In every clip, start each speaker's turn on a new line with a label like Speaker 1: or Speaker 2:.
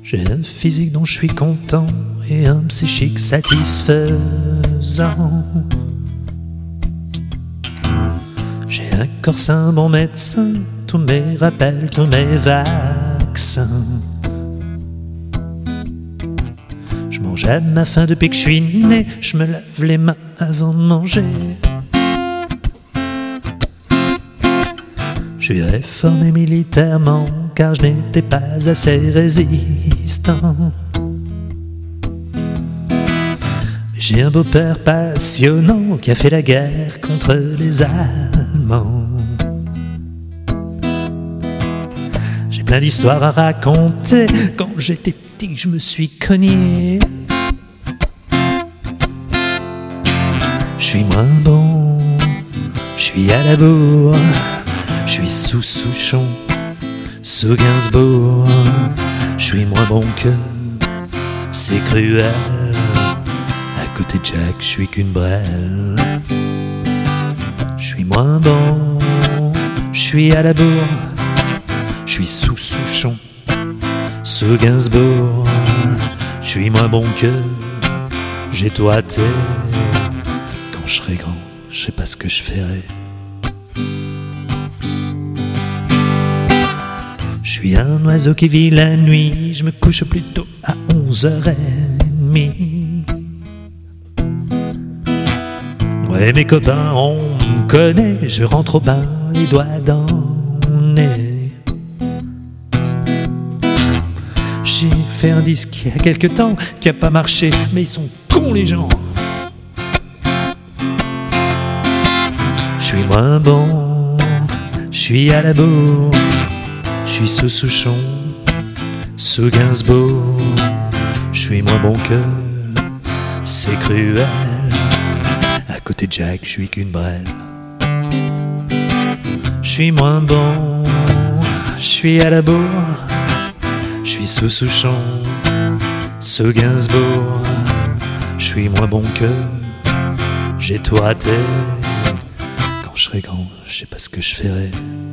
Speaker 1: J'ai un physique dont je suis content et un psychique satisfaisant. J'ai un corps sain, bon médecin, tous mes rappels, tous mes vaccins. Je mange à ma faim depuis que je suis né, je me lave les mains avant de manger. Je suis réformé militairement car je n'étais pas assez résistant. J'ai un beau-père passionnant qui a fait la guerre contre les Allemands. J'ai plein d'histoires à raconter. Quand j'étais petit, je me suis cogné. Je suis moins bon, je suis à la bourre. Je suis sous Souchon, sous Gainsbourg. Je suis moins bon que c'est cruel. À côté de Jack, je suis qu'une brêle. Je suis moins bon, je suis à la bourre. Je suis sous Souchon, sous Gainsbourg. Je suis moins bon que j'ai toité. Quand je serai grand, je sais pas ce que je ferai. Je suis un oiseau qui vit la nuit, je me couche plutôt à 11h30. Ouais, mes copains, on me connaît, je rentre au bain les doigts dans le nez. J'ai fait un disque il y a quelque temps qui a pas marché, mais ils sont cons les gens. Je suis moins bon, je suis à la bourre. Je suis sous Souchon, sous Gainsbourg. Je suis moins bon que c'est cruel. À côté de Jack, je suis qu'une brêle. Je suis moins bon, je suis à la bourre. Je suis sous Souchon, sous Gainsbourg. Je suis moins bon que j'ai toité. Quand je serai grand, je sais pas ce que je ferai.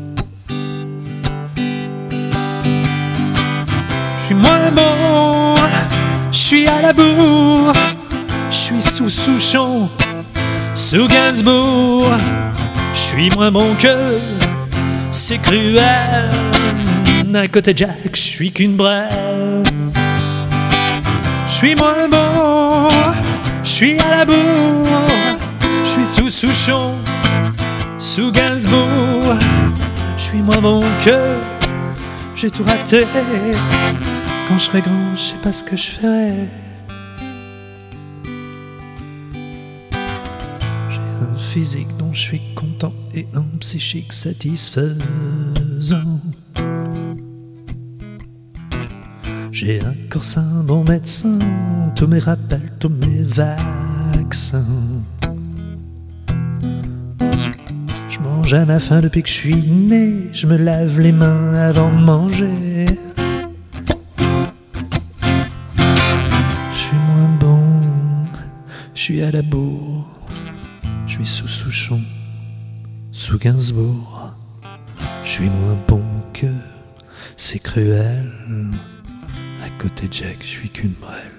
Speaker 1: Je suis moins bon, je suis à la bourre. Je suis sous Souchon, sous Gainsbourg. Je suis moins bon que c'est cruel. À côté de Jack, je suis qu'une brêle. Je suis moins bon, je suis à la bourre. Je suis sous Souchon, sous Gainsbourg. Je suis moins bon que j'ai tout raté. Quand je serai grand, je sais pas ce que je ferai. J'ai un physique dont je suis content et un psychique satisfaisant. J'ai un corps sain, bon médecin, tous mes rappels, tous mes vaccins. Je mange à ma faim depuis que je suis né, je me lave les mains avant de manger. Je suis à la bourre, je suis sous Souchon, sous Gainsbourg. Je suis moins bon que c'est cruel. À côté de Jack, je suis qu'une brêle.